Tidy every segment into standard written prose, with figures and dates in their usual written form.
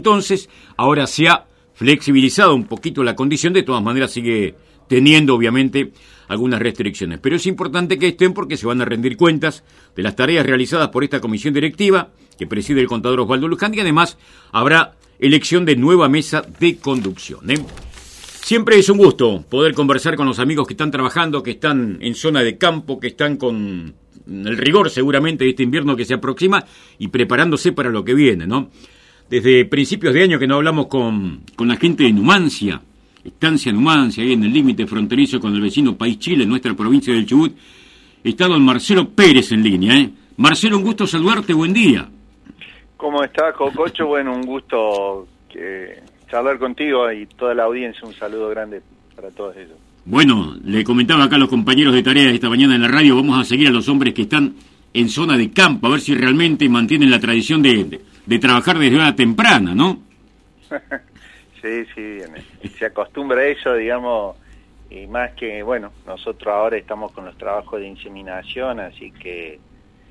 entonces. Ahora se ha flexibilizado un poquito la condición, de todas maneras sigue teniendo obviamente algunas restricciones. Pero es importante que estén porque se van a rendir cuentas de las tareas realizadas por esta comisión directiva que preside el contador Osvaldo Luján, y además habrá elección de nueva mesa de conducción. Siempre es un gusto poder conversar con los amigos que están trabajando, que están en zona de campo, que están con el rigor seguramente de este invierno que se aproxima y preparándose para lo que viene, ¿no? Desde principios de año que no hablamos con la gente de Numancia, Estancia Numancia, ahí en el límite fronterizo con el vecino país Chile, en nuestra provincia del Chubut, está don Marcelo Pérez en línea, Marcelo, un gusto saludarte, buen día. ¿Cómo estás, Cococho? Bueno, un gusto charlar contigo y toda la audiencia, un saludo grande para todos ellos. Bueno, le comentaba acá a los compañeros de tareas esta mañana en la radio, vamos a seguir a los hombres que están en zona de campo, a ver si realmente mantienen la tradición de trabajar desde hora temprana, ¿no? Sí, se acostumbra a eso, digamos, y más que, bueno, nosotros ahora estamos con los trabajos de inseminación, así que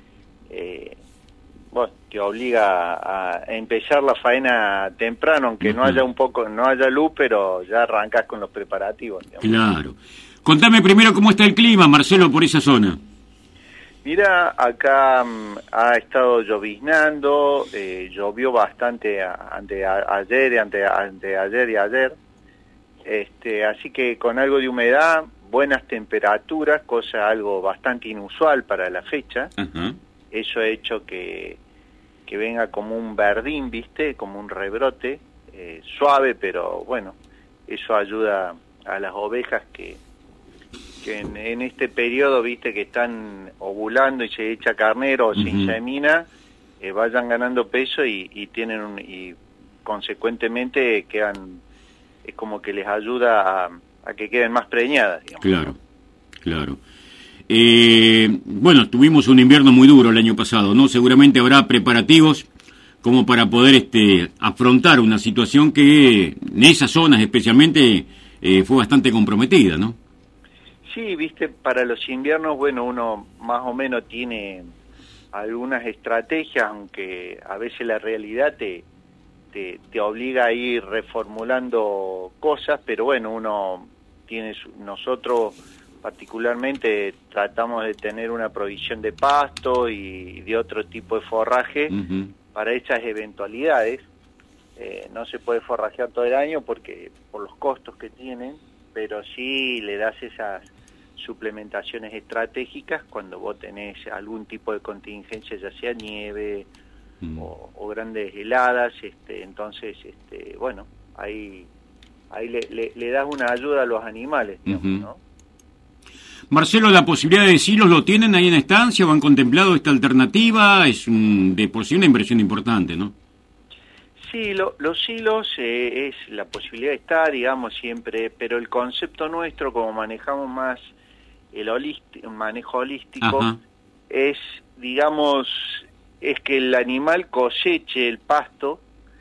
te obliga a empezar la faena temprano, aunque no haya luz, pero ya arrancas con los preparativos, digamos. Claro. Contame primero cómo está el clima, Marcelo, por esa zona. Mira, acá ha estado lloviznando, llovió bastante ayer y ayer, así que con algo de humedad, buenas temperaturas, cosa algo bastante inusual para la fecha. Uh-huh. Eso ha hecho que venga como un verdín, ¿viste? Como un rebrote, suave, pero bueno, eso ayuda a las ovejas que en este periodo, viste, que están ovulando y se echa carnero o se insemina, vayan ganando peso y consecuentemente es como que les ayuda a que queden más preñadas, digamos. Claro. Bueno, tuvimos un invierno muy duro el año pasado, ¿no? Seguramente habrá preparativos como para poder afrontar una situación que en esas zonas especialmente fue bastante comprometida, ¿no? Sí, viste, para los inviernos, bueno, uno más o menos tiene algunas estrategias, aunque a veces la realidad te obliga a ir reformulando cosas, pero bueno, nosotros particularmente tratamos de tener una provisión de pasto y de otro tipo de forraje para esas eventualidades. No se puede forrajear todo el año por los costos que tienen, pero sí le das esas suplementaciones estratégicas cuando vos tenés algún tipo de contingencia, ya sea nieve o grandes heladas, entonces bueno, ahí le das una ayuda a los animales, digamos, ¿no? Marcelo, ¿la posibilidad de silos lo tienen ahí en Estancia o han contemplado esta alternativa? Es de por sí una inversión importante, ¿no? Sí, los silos es la posibilidad de estar, digamos, siempre, pero el concepto nuestro, como manejamos más el manejo holístico, ajá, es, digamos, es que el animal coseche el pasto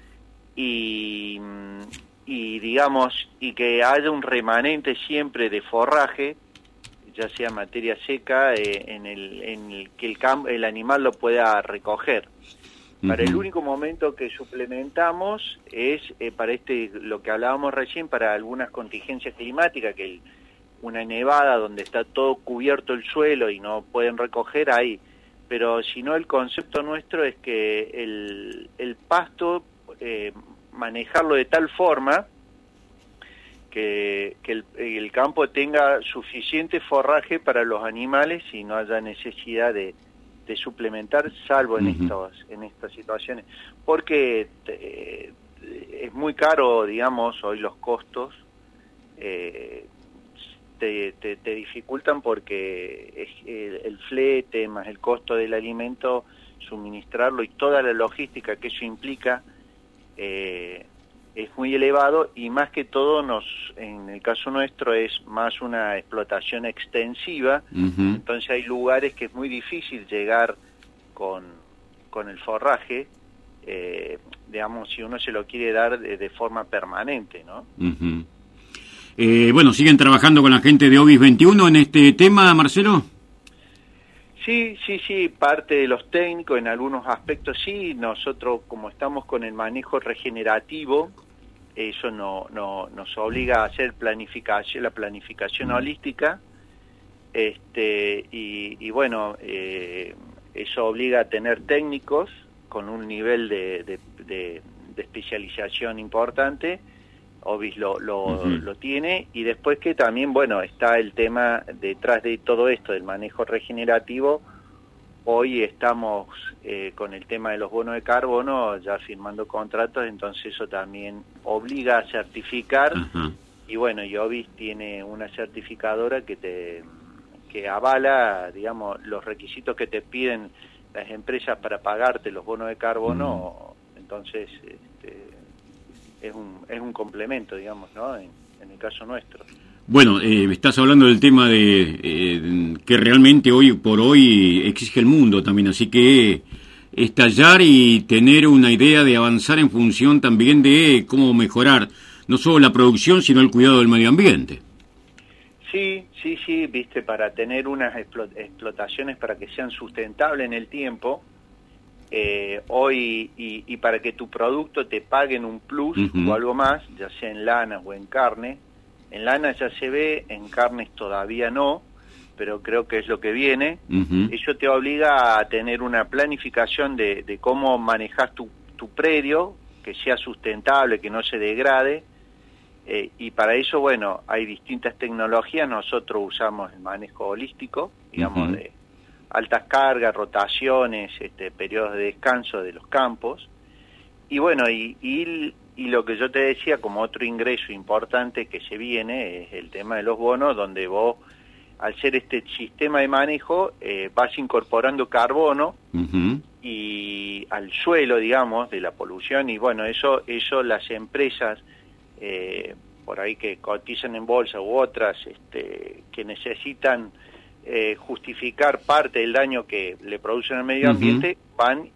y digamos, y que haya un remanente siempre de forraje, ya sea materia seca, en el que el animal lo pueda recoger. Para el único momento que suplementamos es para lo que hablábamos recién, para algunas contingencias climáticas, que una nevada donde está todo cubierto el suelo y no pueden recoger ahí. Pero si no, el concepto nuestro es que el pasto, manejarlo de tal forma que el campo tenga suficiente forraje para los animales y no haya necesidad de suplementar, salvo en estas situaciones, porque es muy caro, digamos, hoy los costos te dificultan, porque el flete más el costo del alimento, suministrarlo y toda la logística que eso implica es muy elevado, y más que todo en el caso nuestro es más una explotación extensiva. Entonces hay lugares que es muy difícil llegar con el forraje, digamos, si uno se lo quiere dar de forma permanente, ¿no? Bueno, ¿siguen trabajando con la gente de Ovis 21 en este tema, Marcelo? Sí, parte de los técnicos, en algunos aspectos sí. Nosotros, como estamos con el manejo regenerativo, eso nos obliga a hacer la planificación holística, y bueno, eso obliga a tener técnicos con un nivel de especialización importante. Ovis lo tiene, y después que también, bueno, está el tema detrás de todo esto del manejo regenerativo. Hoy estamos con el tema de los bonos de carbono ya firmando contratos, entonces eso también obliga a certificar. Y bueno, y Ovis tiene una certificadora que avala, digamos, los requisitos que te piden las empresas para pagarte los bonos de carbono. Entonces es un complemento, digamos, ¿no? En el caso nuestro. Bueno, estás hablando del tema de que realmente hoy por hoy exige el mundo también, así que estallar y tener una idea de avanzar en función también de cómo mejorar no solo la producción, sino el cuidado del medio ambiente. Sí, viste, para tener unas explotaciones para que sean sustentables en el tiempo, hoy, y para que tu producto te paguen un plus o algo más, ya sea en lana o en carne. En lana ya se ve, en carnes todavía no, pero creo que es lo que viene. Eso te obliga a tener una planificación de cómo manejas tu predio, que sea sustentable, que no se degrade, y para eso, bueno, hay distintas tecnologías. Nosotros usamos el manejo holístico, digamos, de altas cargas, rotaciones, periodos de descanso de los campos, y bueno, y lo que yo te decía como otro ingreso importante que se viene es el tema de los bonos, donde vos, al ser este sistema de manejo, vas incorporando carbono y al suelo, digamos, de la polución. Y bueno, eso las empresas por ahí que cotizan en bolsa u otras que necesitan justificar parte del daño que le producen al medio ambiente, van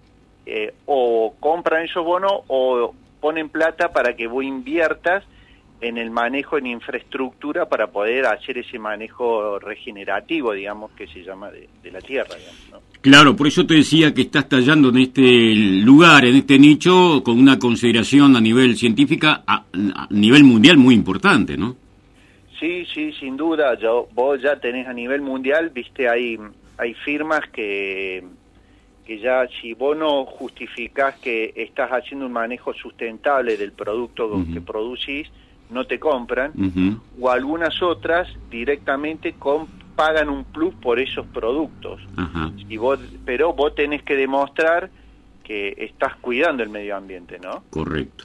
o compran esos bonos o ponen plata para que vos inviertas en el manejo, en infraestructura, para poder hacer ese manejo regenerativo, digamos, que se llama de la tierra, digamos, ¿no? Claro, por eso te decía que estás tallando en este lugar, en este nicho, con una consideración a nivel científica, a nivel mundial muy importante, ¿no? Sí, sin duda. Vos ya tenés a nivel mundial, viste, hay firmas que ya, si vos no justificás que estás haciendo un manejo sustentable del producto que producís, no te compran, o algunas otras directamente pagan un plus por esos productos. Pero vos tenés que demostrar que estás cuidando el medio ambiente, ¿no? Correcto.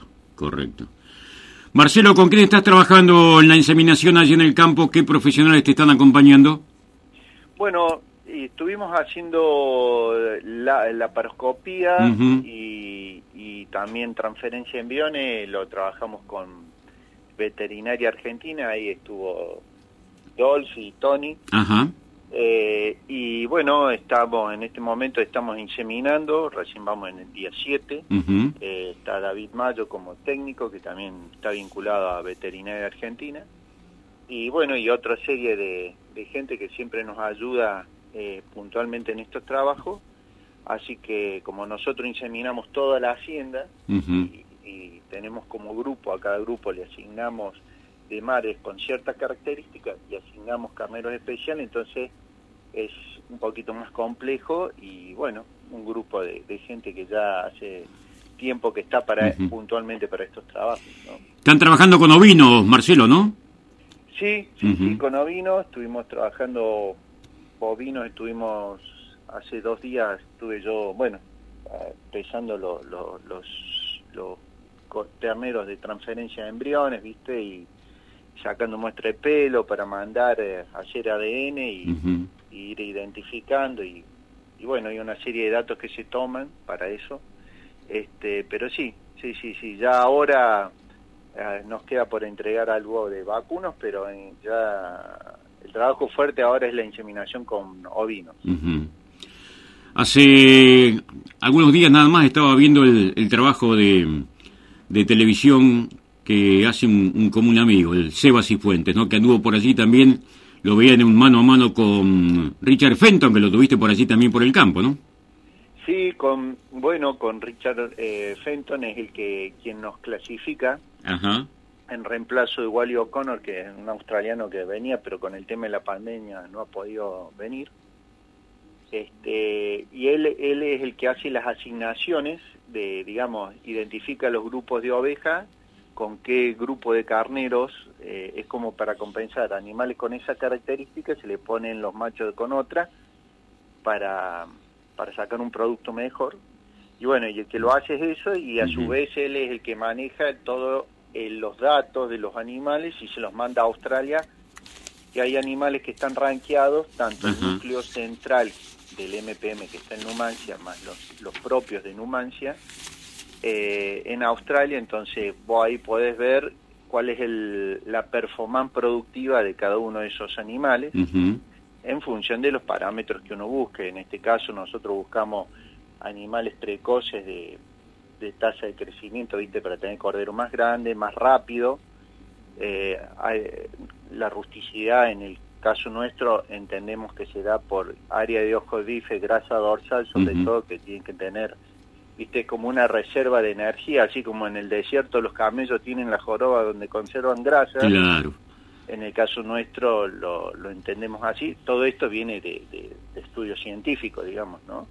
Marcelo, ¿con quién estás trabajando en la inseminación allí en el campo? ¿Qué profesionales te están acompañando? Bueno, estuvimos haciendo la laparoscopía y también transferencia de embriones. Lo trabajamos con Veterinaria Argentina, ahí estuvo Dolph y Tony. Y bueno, en este momento estamos inseminando, recién vamos en el día 7. Está David Mayo como técnico, que también está vinculado a Veterinaria Argentina. Y bueno, y otra serie de gente que siempre nos ayuda puntualmente en estos trabajos. Así que como nosotros inseminamos toda la hacienda, y tenemos como grupo, a cada grupo le asignamos de mares con ciertas características y asignamos carneros especiales, entonces es un poquito más complejo. Y bueno, un grupo de gente que ya hace tiempo que está puntualmente para estos trabajos, ¿no? Están trabajando con ovinos, Marcelo, ¿no? Sí, con ovinos estuvimos trabajando. Bovinos estuvimos hace 2 días, estuve yo, bueno, pesando los terneros de transferencia de embriones, viste, y sacando muestra de pelo para mandar a hacer ADN y ir identificando, y bueno, hay una serie de datos que se toman para eso. Pero sí, ya ahora nos queda por entregar algo de vacunos, pero ya el trabajo fuerte ahora es la inseminación con ovinos. Hace algunos días nada más estaba viendo el trabajo de televisión que hace un común amigo, el Seba Cifuentes, ¿no? Que anduvo por allí también lo veía en un mano a mano con Richard Fenton, que lo tuviste por allí también por el campo, ¿no? Sí, con Richard Fenton es quien nos clasifica. Ajá. En reemplazo de Wally O'Connor, que es un australiano que venía, pero con el tema de la pandemia no ha podido venir. Y él es el que hace las asignaciones digamos, identifica los grupos de ovejas, con qué grupo de carneros, es como para compensar animales con esa característica, se le ponen los machos con otra, para sacar un producto mejor. Y bueno, y el que lo hace es eso, y a su vez él es el que maneja todos los datos de los animales y se los manda a Australia, que hay animales que están rankeados, tanto el núcleo central del MPM que está en Numancia, más los propios de Numancia, en Australia. Entonces vos ahí podés ver cuál es la performance productiva de cada uno de esos animales, en función de los parámetros que uno busque. En este caso nosotros buscamos animales precoces de tasa de crecimiento, ¿viste? Para tener cordero más grande, más rápido. La rusticidad en el caso nuestro entendemos que se da por área de ojo de bife, grasa dorsal, sobre todo, que tienen que tener, ¿viste? Como una reserva de energía, así como en el desierto los camellos tienen la joroba donde conservan grasa. Claro. En el caso nuestro lo entendemos así. Todo esto viene de estudios científicos, digamos, ¿no?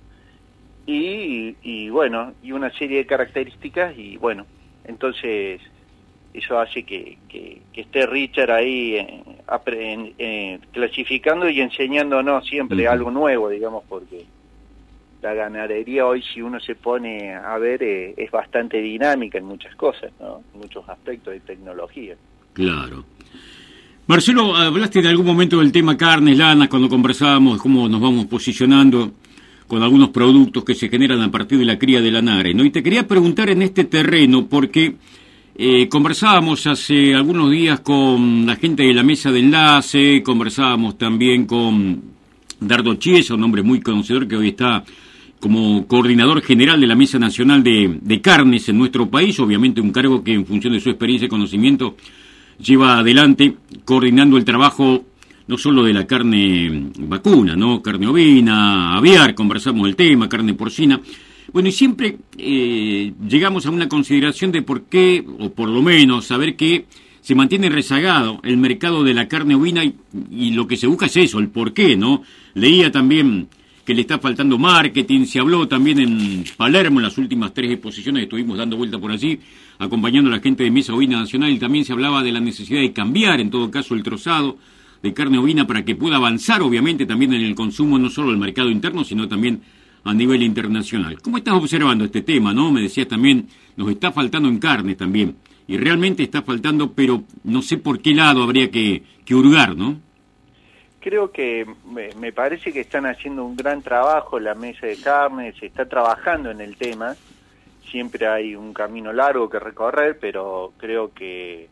Y bueno, y una serie de características, y bueno, entonces eso hace que esté Richard ahí clasificando y enseñándonos siempre algo nuevo, digamos, porque la ganadería hoy, si uno se pone a ver, es bastante dinámica en muchas cosas, ¿no? En muchos aspectos de tecnología. Claro. Marcelo, hablaste de algún momento del tema carnes, lanas, cuando conversábamos cómo nos vamos posicionando con algunos productos que se generan a partir de la cría de lanares, ¿no? Y te quería preguntar en este terreno, porque conversábamos hace algunos días con la gente de la mesa de enlace, conversábamos también con Dardo Chiesa, un hombre muy conocedor que hoy está como coordinador general de la Mesa Nacional de Carnes en nuestro país, obviamente un cargo que en función de su experiencia y conocimiento lleva adelante, coordinando el trabajo no solo de la carne vacuna, ¿no? Carne ovina, aviar, conversamos el tema, carne porcina. Bueno, y siempre llegamos a una consideración de por qué, o por lo menos saber que se mantiene rezagado el mercado de la carne ovina, y lo que se busca es eso, el por qué, ¿no? Leía también que le está faltando marketing, se habló también en Palermo en las últimas 3 exposiciones, estuvimos dando vuelta por allí, acompañando a la gente de Mesa Ovina Nacional, y también se hablaba de la necesidad de cambiar, en todo caso, el trozado de carne ovina para que pueda avanzar, obviamente, también en el consumo, no solo del mercado interno, sino también a nivel internacional. ¿Cómo estás observando este tema, no? Me decías también, nos está faltando en carne también, y realmente está faltando, pero no sé por qué lado habría que hurgar, ¿no? Creo que me parece que están haciendo un gran trabajo la mesa de carne, se está trabajando en el tema, siempre hay un camino largo que recorrer, pero creo que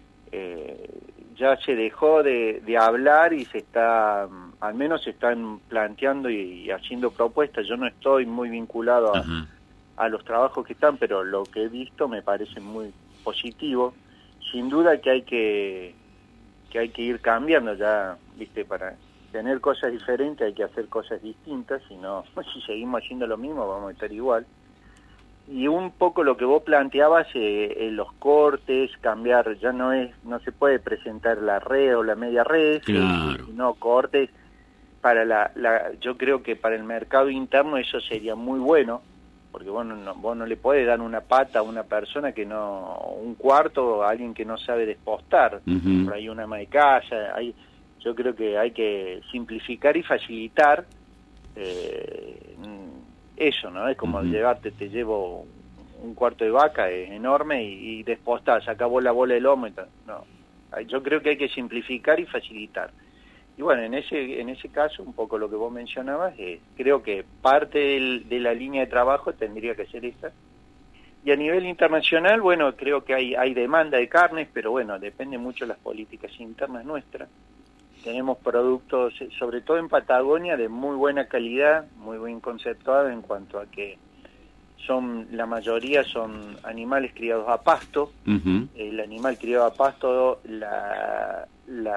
ya se dejó de hablar y se está, al menos se están planteando y haciendo propuestas. Yo no estoy muy vinculado a los trabajos que están, pero lo que he visto me parece muy positivo. Sin duda que hay que ir cambiando ya, ¿viste? Para tener cosas diferentes hay que hacer cosas distintas, si no, si seguimos haciendo lo mismo vamos a estar igual. Y un poco lo que vos planteabas, los cortes, cambiar, ya no se puede presentar la red o la media red, claro, sino cortes para yo creo que para el mercado interno eso sería muy bueno, porque vos no le podés dar una pata a una persona que no, un cuarto a alguien que no sabe despostar, por ahí una ama de casa, yo creo que hay que simplificar y facilitar eso, ¿no? Es como te llevo un cuarto de vaca, es enorme, y despostás, acabó la bola de lomo, no, yo creo que hay que simplificar y facilitar. Y bueno, en ese caso, un poco lo que vos mencionabas, creo que parte de la línea de trabajo tendría que ser esta. Y a nivel internacional, bueno, creo que hay demanda de carnes, pero bueno, depende mucho de las políticas internas nuestras. Tenemos productos, sobre todo en Patagonia, de muy buena calidad, muy bien conceptuados en cuanto a que la mayoría son animales criados a pasto. El animal criado a pasto,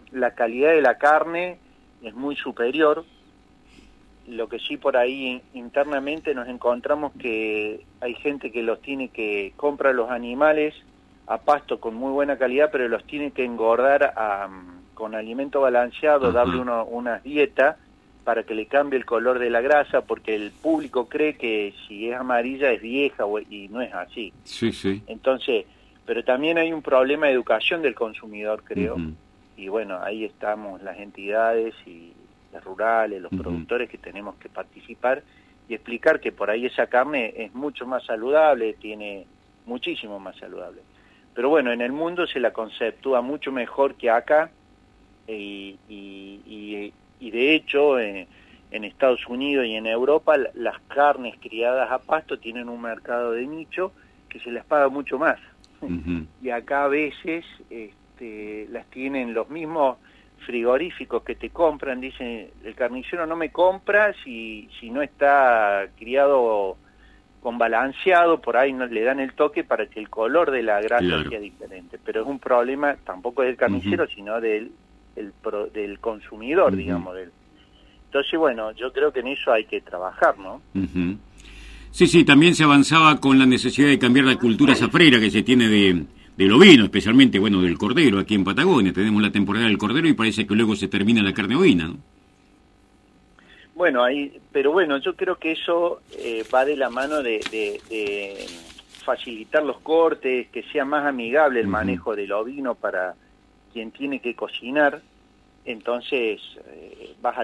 la calidad de la carne es muy superior. Lo que sí por ahí internamente nos encontramos que hay gente que compra los animales a pasto con muy buena calidad, pero los tiene que engordar con alimento balanceado, darle una dieta para que le cambie el color de la grasa, porque el público cree que si es amarilla es vieja y no es así. Sí, sí. Entonces, pero también hay un problema de educación del consumidor, creo, y bueno, ahí estamos las entidades y las rurales, los productores que tenemos que participar y explicar que por ahí esa carne es mucho más saludable, muchísimo más saludable. Pero bueno, en el mundo se la conceptúa mucho mejor que acá, y de hecho en Estados Unidos y en Europa las carnes criadas a pasto tienen un mercado de nicho que se las paga mucho más. Y acá a veces las tienen los mismos frigoríficos que te compran, dicen, el carnicero no me compra si no está criado con balanceado, por ahí no le dan el toque para que el color de la grasa sea diferente, pero es un problema tampoco del carnicero, sino del consumidor, digamos. Entonces, bueno, yo creo que en eso hay que trabajar, ¿no? Sí, también se avanzaba con la necesidad de cambiar la cultura safrera que se tiene del ovino, especialmente, bueno, del cordero. Aquí en Patagonia tenemos la temporada del cordero y parece que luego se termina la carne ovina, ¿no? Bueno, pero bueno, yo creo que eso va de la mano de facilitar los cortes, que sea más amigable el manejo del ovino para quien tiene que cocinar. Entonces vas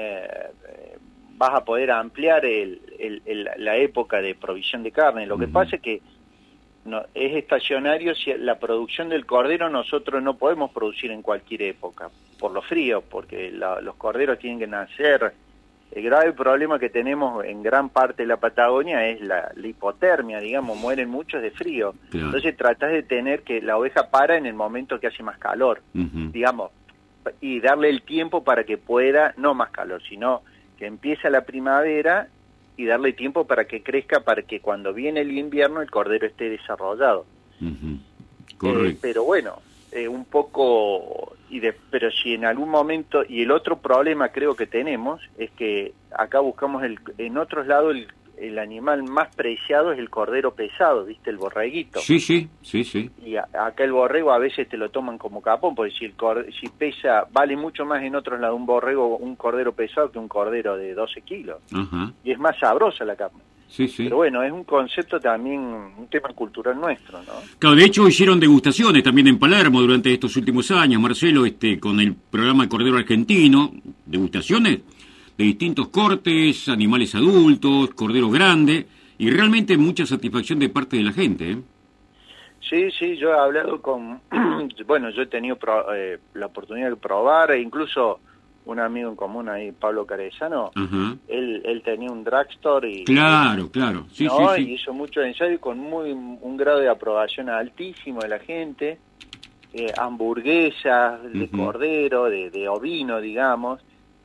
a poder ampliar la época de provisión de carne. Lo que pasa es que es estacionario. Si la producción del cordero nosotros no podemos producir en cualquier época, por lo frío, porque los corderos tienen que nacer. El grave problema que tenemos en gran parte de la Patagonia es la hipotermia, digamos, mueren muchos de frío. Claro. Entonces tratás de tener que la oveja para en el momento que hace más calor, digamos, y darle el tiempo para que pueda, no más calor, sino que empieza la primavera y darle tiempo para que crezca, para que cuando viene el invierno el cordero esté desarrollado. Correcto. Pero bueno, un poco, pero si en algún momento, y el otro problema creo que tenemos, es que acá buscamos, en otros lados el animal más preciado es el cordero pesado, ¿viste? El borreguito. Sí. Y acá el borrego a veces te lo toman como capón, porque si pesa, vale mucho más en otros lados un cordero pesado que un cordero de 12 kilos. Y es más sabrosa la carne. Sí. Pero bueno, es un concepto también, un tema cultural nuestro, ¿no? Claro, de hecho hicieron degustaciones también en Palermo durante estos últimos años, Marcelo, con el programa Cordero Argentino, degustaciones de distintos cortes, animales adultos, corderos grandes, y realmente mucha satisfacción de parte de la gente, ¿eh? Sí, yo he hablado bueno, yo he tenido la oportunidad de probar, e incluso un amigo en común ahí, Pablo Carezano, él tenía un drugstore y... Claro, sí. Y hizo mucho ensayo con un grado de aprobación altísimo de la gente, hamburguesas de cordero, de ovino, digamos,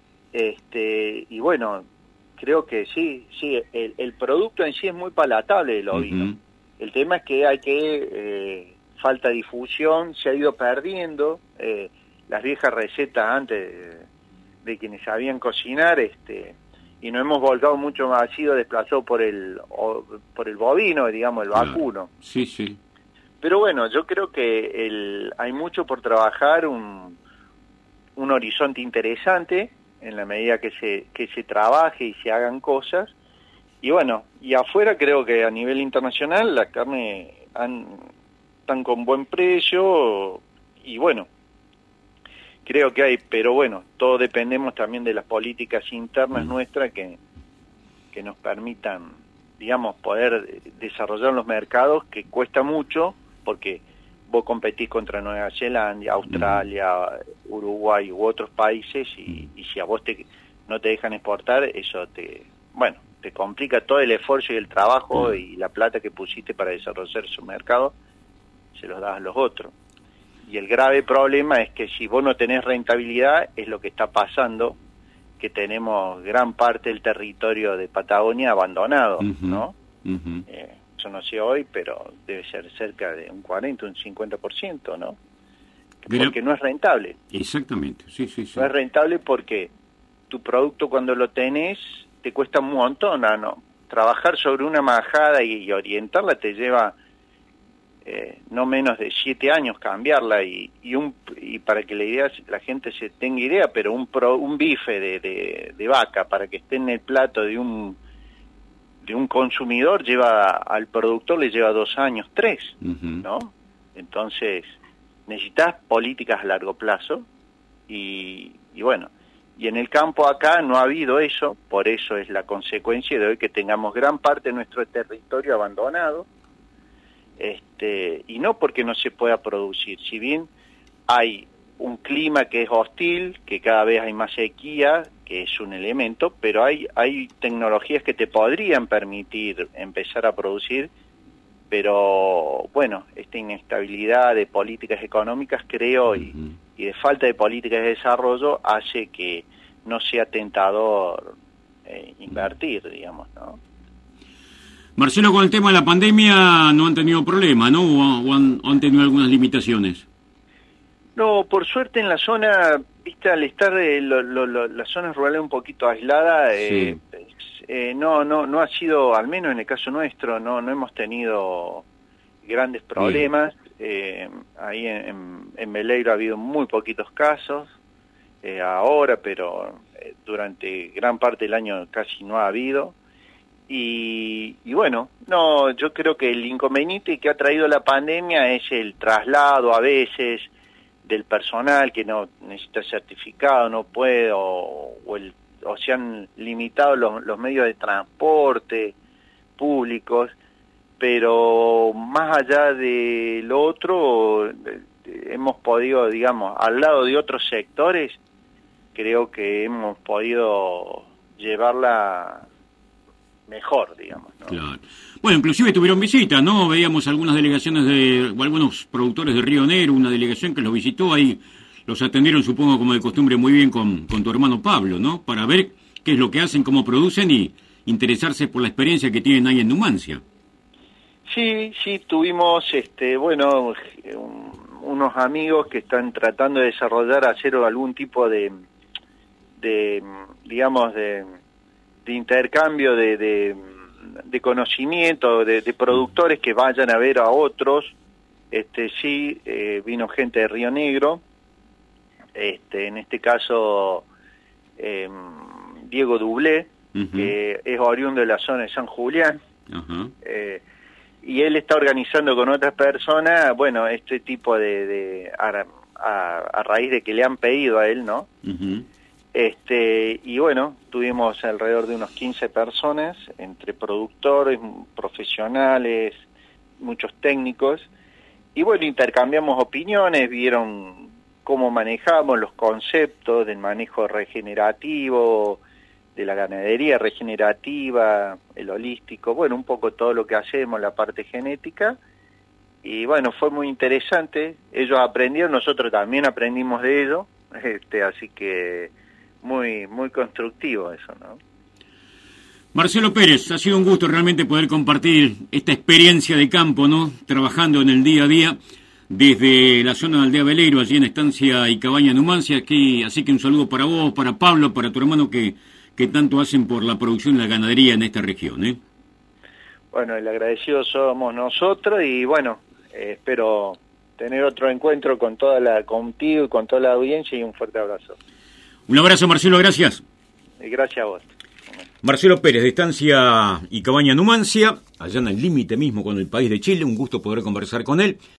y bueno, creo que sí, el producto en sí es muy palatable del ovino. El tema es que falta difusión, se ha ido perdiendo las viejas recetas antes de quienes sabían cocinar, y nos hemos volcado mucho más, ha sido desplazado por el bovino, digamos, el vacuno. Sí. Pero bueno, yo creo que hay mucho por trabajar, un horizonte interesante en la medida que se trabaje y se hagan cosas. Y bueno, y afuera creo que a nivel internacional la carne están con buen precio, y bueno, creo que pero bueno, todos dependemos también de las políticas internas nuestras que nos permitan, digamos, poder desarrollar los mercados, que cuesta mucho, porque vos competís contra Nueva Zelanda, Australia, Uruguay u otros países, y si a vos no te dejan exportar, eso te complica todo el esfuerzo y el trabajo y la plata que pusiste para desarrollar su mercado, se los das a los otros. Y el grave problema es que si vos no tenés rentabilidad, es lo que está pasando, que tenemos gran parte del territorio de Patagonia abandonado, ¿no? Yo no sé hoy, pero debe ser cerca de un 40, un 50%, ¿no? porque no es rentable. Exactamente, sí. No es rentable porque tu producto cuando lo tenés te cuesta un montón, ¿no? Trabajar sobre una majada y orientarla te lleva no menos de 7 años cambiarla y para que la gente se tenga idea, pero un bife de vaca para que esté en el plato de un consumidor al productor le lleva 2 años, 3, ¿no? Entonces necesitas políticas a largo plazo y bueno, y en el campo acá no ha habido eso, por eso es la consecuencia de hoy que tengamos gran parte de nuestro territorio abandonado, y no porque no se pueda producir, si bien hay un clima que es hostil, que cada vez hay más sequía, que es un elemento, pero hay tecnologías que te podrían permitir empezar a producir, pero bueno, esta inestabilidad de políticas económicas creo y de falta de políticas de desarrollo hace que no sea tentador invertir, digamos, ¿no? Marcelo, con el tema de la pandemia no han tenido problema, ¿no? ¿O han tenido algunas limitaciones? No, por suerte en la zona, viste, al estar las zonas rurales un poquito aisladas, sí. No ha sido, al menos en el caso nuestro, no hemos tenido grandes problemas. Ahí en Meleiro ha habido muy poquitos casos ahora, pero durante gran parte del año casi no ha habido. Y bueno, no, yo creo que el inconveniente que ha traído la pandemia es el traslado a veces del personal que no necesita certificado, no puede, o se han limitado los medios de transporte públicos, pero más allá de lo otro, hemos podido, digamos, al lado de otros sectores, creo que hemos podido llevarla mejor, digamos, ¿no? Claro. Bueno, inclusive tuvieron visita, ¿no? Veíamos algunas delegaciones o algunos productores de Río Negro, una delegación que los visitó ahí, los atendieron, supongo, como de costumbre, muy bien con tu hermano Pablo, ¿no? Para ver qué es lo que hacen, cómo producen y interesarse por la experiencia que tienen ahí en Numancia. Sí, tuvimos, bueno, unos amigos que están tratando de desarrollar, hacer algún tipo de digamos, de intercambio de conocimiento, de productores que vayan a ver a otros. Vino gente de Río Negro, en este caso Diego Dublé, que es oriundo de la zona de San Julián, y él está organizando con otras personas, bueno, este tipo a raíz de que le han pedido a él, ¿no? Y bueno, tuvimos alrededor de unos 15 personas, entre productores, profesionales, muchos técnicos, y bueno, intercambiamos opiniones, vieron cómo manejamos los conceptos del manejo regenerativo, de la ganadería regenerativa, el holístico, bueno, un poco todo lo que hacemos, la parte genética, y bueno, fue muy interesante, ellos aprendieron, nosotros también aprendimos de ellos, así que muy constructivo eso, ¿no? Marcelo Pérez, ha sido un gusto realmente poder compartir esta experiencia de campo, ¿no? Trabajando en el día a día desde la zona de Aldea Meleiro, allí en Estancia y Cabaña Numancia, aquí, así que un saludo para vos, para Pablo, para tu hermano que tanto hacen por la producción de la ganadería en esta región, ¿eh? Bueno, el agradecido somos nosotros y bueno, espero tener otro encuentro contigo y con toda la audiencia y un fuerte abrazo. Un abrazo, Marcelo, gracias. Y gracias a vos. Marcelo Pérez, de Estancia y Cabaña Numancia, allá en el límite mismo con el país de Chile, un gusto poder conversar con él.